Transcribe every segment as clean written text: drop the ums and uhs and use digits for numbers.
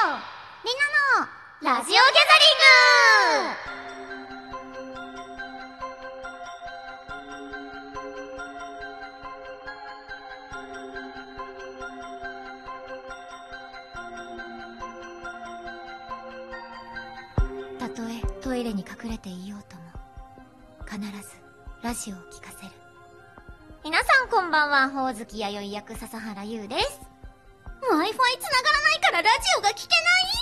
みんなのラジオギャザリング。たとえトイレに隠れていようとも必ずラジオを聞かせる。皆さんこんばんは、ほおずきやよい役笹原優です。 Wi-Fi 繋がらないからラジオが聞けない。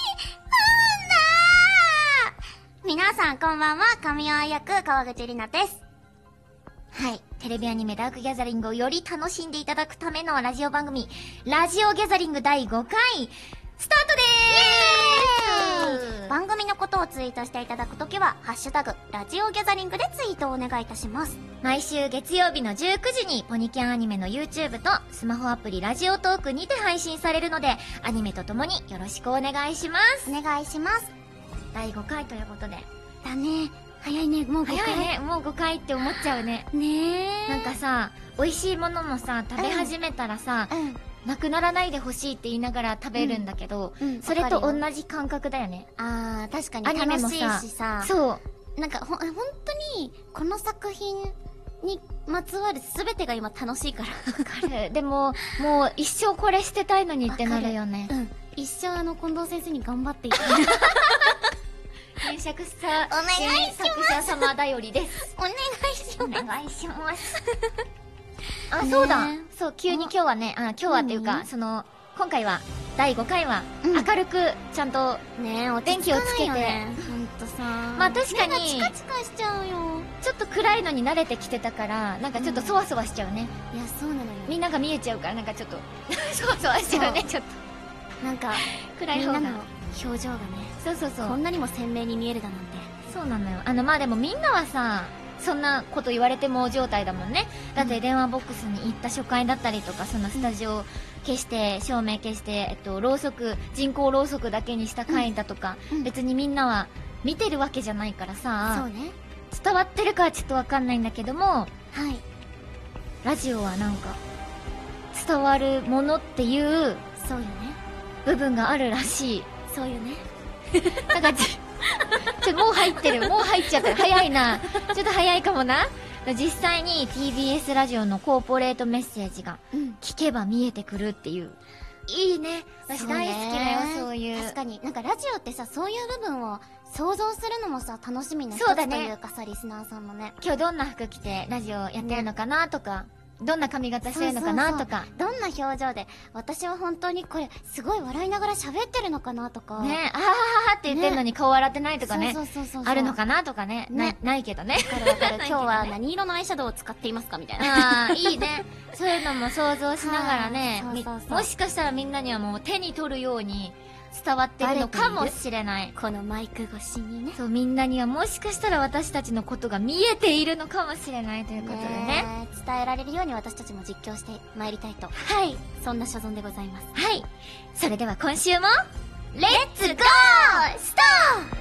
皆さんこんばんは、神尾役川口里奈です。はい、テレビアニメダークギャザリングをより楽しんでいただくためのラジオ番組、ラジオギャザリング第5回スタートでーす。番組のことをツイートしていただくときはハッシュタグラジオギャザリングでツイートをお願いいたします。毎週月曜日の19時にポニキャンアニメの YouTube とスマホアプリラジオトークにて配信されるので、アニメとともによろしくお願いします。お願いします。第5回ということで。だね。早いね、もう5回。早いね、もう5回って思っちゃうね。ねえ。なんかさ、美味しいものもさ、食べ始めたらさ、なくならないでほしいって言いながら食べるんだけど、それと同じ感覚だよね。あー、確かにアニメもさ、そう。なんかほんとに、この作品にまつわる全てが今楽しいから。わかる。でも、もう一生これ捨てたいのにってなるよね。一生近藤先生に頑張っていただいて。原作者、お願いします。作者様だよりです。お願いします。お願いします。あ、そうだ。そう、急に今日はね、今日はっていうか、今回は、第5回は、明るく、ちゃんと、ね、電気をつけて。ほんとさ。まあ確かに、チカチカしちゃうよ。ちょっと暗いのに慣れてきてたから、なんかちょっとそわそわしちゃうね。いや、そうなのよ。みんなが見えちゃうから、なんかちょっと、そわそわしちゃうね、ちょっと。なんか、暗い方が。みんなの表情がね。そうそうそう。こんなにも鮮明に見えるだなんて。そうなのよ。まあでもみんなはさ、そんなこと言われても状態だもんね。だって電話ボックスに行った初回だったりとか、そのスタジオ消して、照明消して、ろうそく、人工ろうそくだけにした回だとか、別にみんなは見てるわけじゃないからさ、そうね。伝わってるかはちょっとわかんないんだけども、はい。ラジオはなんか、伝わるものっていう、そうよね。部分があるらしい。そうよね。なんかもう入ってる。もう入っちゃった。早いな。ちょっと早いかもな。実際に TBS ラジオのコーポレートメッセージが、聞けば見えてくるっていう。いいね。私大好きだよ、そういう。確かに。なんかラジオってさ、そういう部分を想像するのもさ、楽しみな一つというかさ、リスナーさんのね。今日どんな服着てラジオやってるのかなとか。どんな髪型してるのかなとか、どんな表情で、私は本当にこれすごい笑いながら喋ってるのかなとかね、あはははって言ってるのに顔笑ってないとかね、あるのかなとかね、ないけどね。わかる。今日は何色のアイシャドウを使っていますかみたいな。ああ、いいね。そういうのも想像しながらね、もしかしたらみんなにはもう手に取るように伝わってるのかもしれない。このマイク越しにね。そう、みんなにはもしかしたら私たちのことが見えているのかもしれないということでね。伝えられるように私たちも実況してまいりたいと。はい。そんな所存でございます。はい。それでは今週も、レッツゴースタ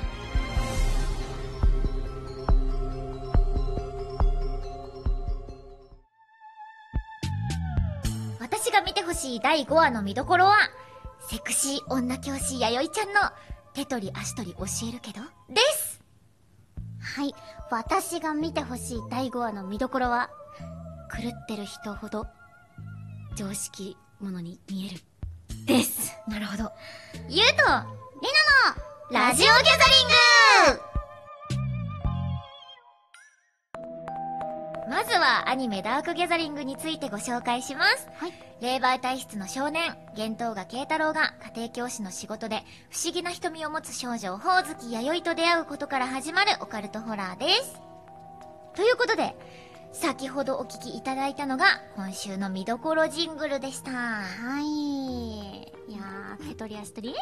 ー。私が見てほしい第5話の見どころは、セクシー女教師やよいちゃんの手取り足取り教えるけどです。はい、私が見てほしい第5話の見どころは、狂ってる人ほど常識者に見えるです。なるほど。ゆうとりなのラジオギャザリング。まずはアニメダークギャザリングについてご紹介します。はい。霊媒体質の少年、幻冬賀慶太郎が家庭教師の仕事で不思議な瞳を持つ少女、ほおずきやよいと出会うことから始まるオカルトホラーです。ということで、先ほどお聞きいただいたのが今週の見どころジングルでした。はい。いやー、手取り足取り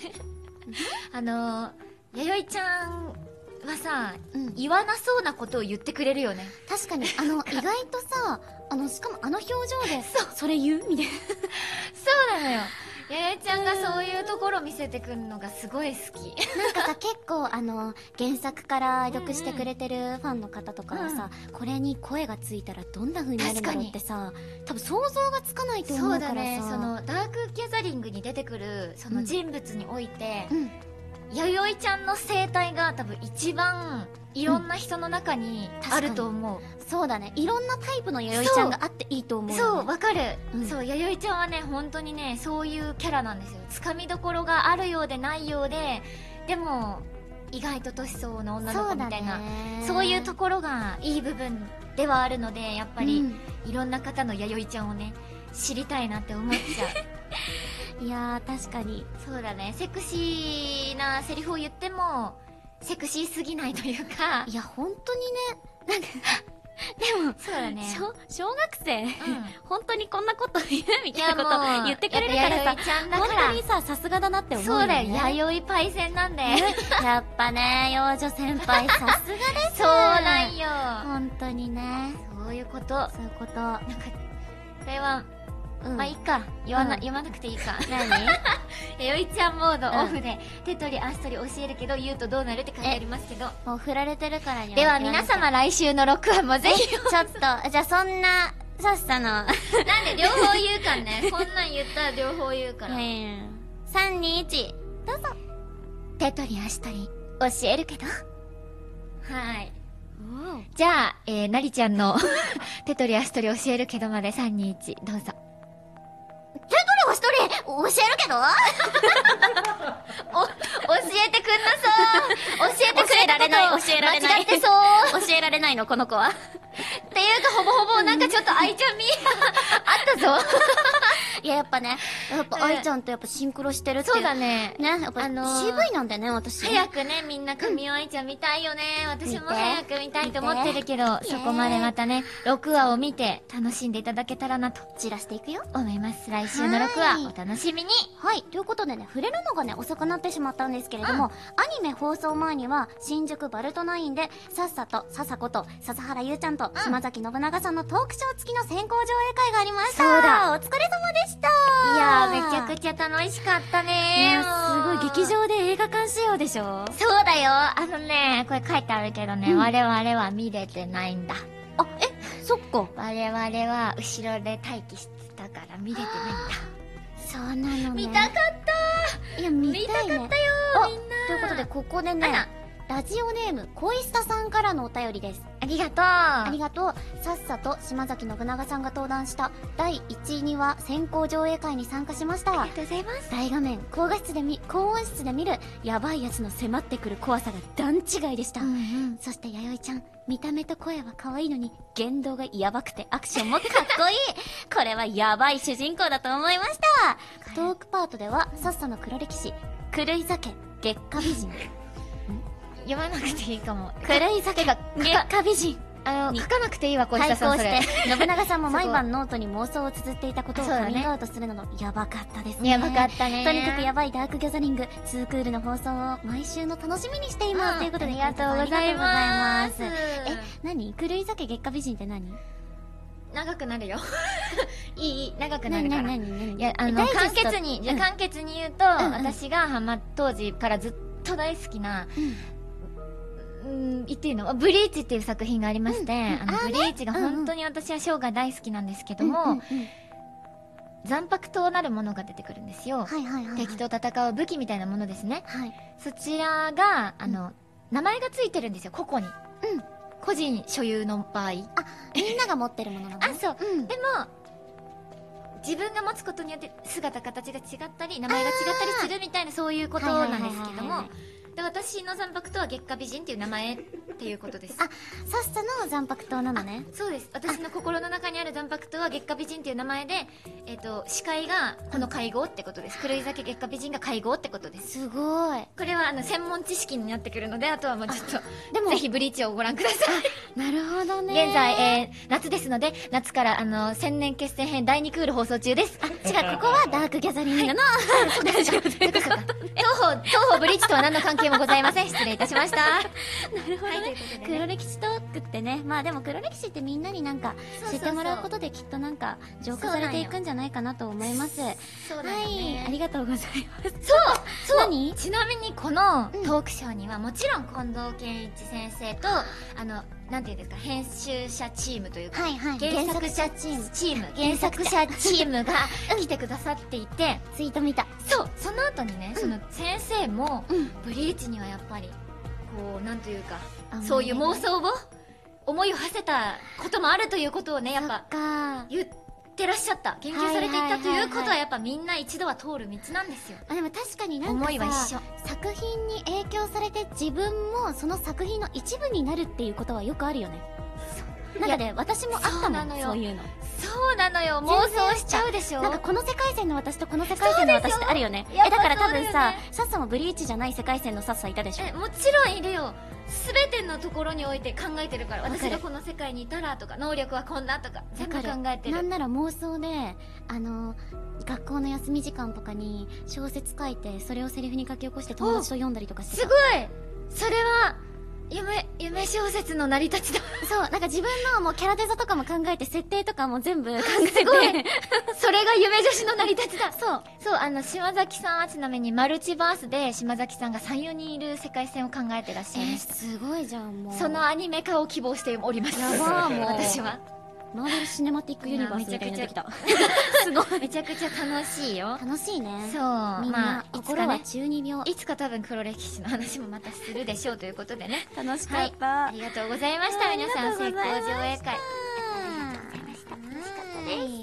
やよいちゃんはさ、言わなそうなことを言ってくれるよね。確かに、意外とさ、しかも表情で、それ言うみたいな。そうなのよ。 やちゃんがそういうところ見せてくるのがすごい好き。 なんかさ、結構原作から愛読してくれてるファンの方とかはさ、これに声がついたらどんな風になるんだろうってさ、多分想像がつかないと思うからさ。そうだね、 そのダークギャザリングに出てくるその人物において、弥生ちゃんの生態が多分一番いろんな人の中にあると思う。 そうだね、いろんなタイプの弥生ちゃんがあっていいと思う、ね、 そう、わかる、そう、弥生ちゃんはね、本当にね、そういうキャラなんですよ。つかみどころがあるようでないようで、でも意外と年相応の女の子みたいな、そういうところがいい部分ではあるので、やっぱり、いろんな方の弥生ちゃんをね、知りたいなって思っちゃう。 いやー、確かにそうだね、セクシーなセリフを言ってもセクシーすぎないというか、 いや本当にね、なんかでもそうだね、 小学生、本当にこんなこと言うみたいなこと言ってくれるからさ、本当にさ、さすがだなって思うよね。 そうだよ、弥生パイセンなんだよ。 やっぱね、幼女先輩さすがです。 そうなんよ、 本当にね。 そういうこと、 そういうこと。 なんかこれはまあいいか、言わなくていいか。 何？ 弥生ちゃんモードオフで手取り足取り教えるけど言うとどうなるって書いてありますけど、 もう振られてるからには。 では皆様、来週の6話もぜひ。 ちょっと、じゃあそんなさっさのなんで両方言うかね。こんなん言ったら両方言うから。 3、2、1どうぞ。 手取り足取り教えるけど。はい。じゃあ、なりちゃんの手取り足取り教えるけどまで3、2、1どうぞ。 手取り足取り教えるけど教えてくんなそう。教えてくれたこと教えられない。 間違ってそう。 教えられないの、この子は。 っていうか、ほぼほぼなんかちょっと愛ちゃん味あったぞ。 いや、やっぱね、やっぱ愛ちゃんとやっぱシンクロしてるっていう。 そうだね。 ね、やっぱ CV なんだよね、私。 早くね、みんな神尾愛ちゃん見たいよね。私も早く見たいと思ってるけど、そこまでまたね、6話を見て楽しんでいただけたらなと。 散らしていくよ。 思います。来週の6話、お楽しみに。 はい、ということでね、触れるのがね、遅くなってしまったんですけれども、アニメ放送前には、新宿バルトナインで、さっさと、笹子と、笹原優ちゃんと、島崎信長さんのトークショー付きの先行上映会がありました。 そうだ。 お疲れ様でした。 いやー、めちゃくちゃ楽しかったねー。すごい、劇場で映画館仕様でしょ。 そうだよ。これ書いてあるけどね、我々は見れてないんだ。 あ、そっか。 我々は後ろで待機してたから見れてないんだ。 そうなのね。 見たかった。 いや、見たいね。 見たかったよ、みんな。 ということで、ここでね、ラジオネーム、小石田さんからのお便りです。 ありがとう。 ありがとう。さっさと島崎信長さんが登壇した第1、2話先行上映会に参加しました。 ありがとうございます。 大画面、高音質で見るヤバいやつの迫ってくる怖さが段違いでした。そして弥生ちゃん、見た目と声は可愛いのに言動がヤバくてアクションもかっこいい。これはヤバい主人公だと思いました。トークパートではさっさの黒歴史、狂い酒、月下美人。 読まなくていいかも。 狂い酒が月下美人。 書かなくていいわ、小石さん、それ。 信長さんも毎晩ノートに妄想を綴っていたことをカミングアウトするのもヤバかったですね。 ヤバかったね。 とにかくヤバいダークギャザリング2クールの放送を毎週の楽しみにしています。ということで、 ありがとうございます。 何？狂い酒月下美人って何？ 長くなるよ。いい長くなるから。 いや、簡潔に言うと、私が当時からずっと大好きな、言っていいの？ブリーチっていう作品がありまして、ブリーチが本当に私は生涯大好きなんですけども、残白となるものが出てくるんですよ。敵と戦う武器みたいなものですね。そちらが、名前がついてるんですよ、個々に。個人所有の場合。 みんなが持ってるものなのね。 そう。でも、自分が持つことによって姿形が違ったり名前が違ったりするみたいな、そういうことなんですけども、で、私の残白とは月下美人っていう名前っていうことです。 さっさの残白刀なのね。 そうです。私の心の中にある残白刀は月下美人っていう名前で、司会がこの会合ってことです。狂い酒月下美人が会合ってことです。 すごい。 これは専門知識になってくるので、あとはもうちょっと、でもぜひブリーチをご覧ください。 なるほどね。 現在、夏ですので、夏から千年決戦編第2クール放送中です。 違う、ここはダークギャザリングの、大丈夫です。 東方ブリーチとは何の関係もございません。失礼いたしました。なるほどね。黒歴史とグッってね。まあでも黒歴史ってみんなになんか知ってもらうことできっとなんか浄化されていくんじゃないかなと思います。 そうだよはい、 ね。 ありがとうございます。 そう何？ ちなみにこのトークショーにはもちろん近藤健一先生と、なんていうんですか、編集者チームというか、 はいはい、 原作者チーム、原作者チームが来てくださっていて、 ツイート見た。 そう、その後にね、その先生も、ブリーチにはやっぱり、こう、なんというか、そういう妄想を、思いを馳せたこともあるということをね、やっぱ、言ってらっしゃった。研究されていったということは、やっぱみんな一度は通る道なんですよ。 でも確かになんか思いは一緒。 作品に影響されて自分もその作品の一部になるっていうことはよくあるよね。なんかね、私もあったもん、そういうの。 そうなのよ、妄想しちゃうでしょ。 なんかこの世界線の私とこの世界線の私ってあるよね。だから多分さ、サッサもブリーチじゃない世界線のサッサいたでしょ。 もちろんいるよ。すべてのところにおいて考えてるから、私がこの世界にいたらとか、能力はこんなとか、全部考えてる。 なんなら妄想で、学校の休み時間とかに小説書いて、それをセリフに書き起こして友達と読んだりとかしてた。 すごい。それは夢小説の成り立ちだ。 そう、なんか自分のもうキャラデザとかも考えて、設定とかも全部考えて。 すごいそれが夢女子の成り立ちだ。 そう。 そう、島崎さんはちなみにマルチバースで島崎さんが3、4人いる世界線を考えてらっしゃいました。 すごいじゃん、もう。 そのアニメ化を希望しております。 やばー、もう。 私は。 マーベルシネマティックユニバースみたいになってきた。すごい。 めちゃくちゃ楽しいよ。 楽しいね。 そう。 みんな、心は中二病。 いつか多分黒歴史の話もまたするでしょうということでね。 楽しかった。 ありがとうございました。皆さん、成功上映会。ありがとうございました。 楽しかったです。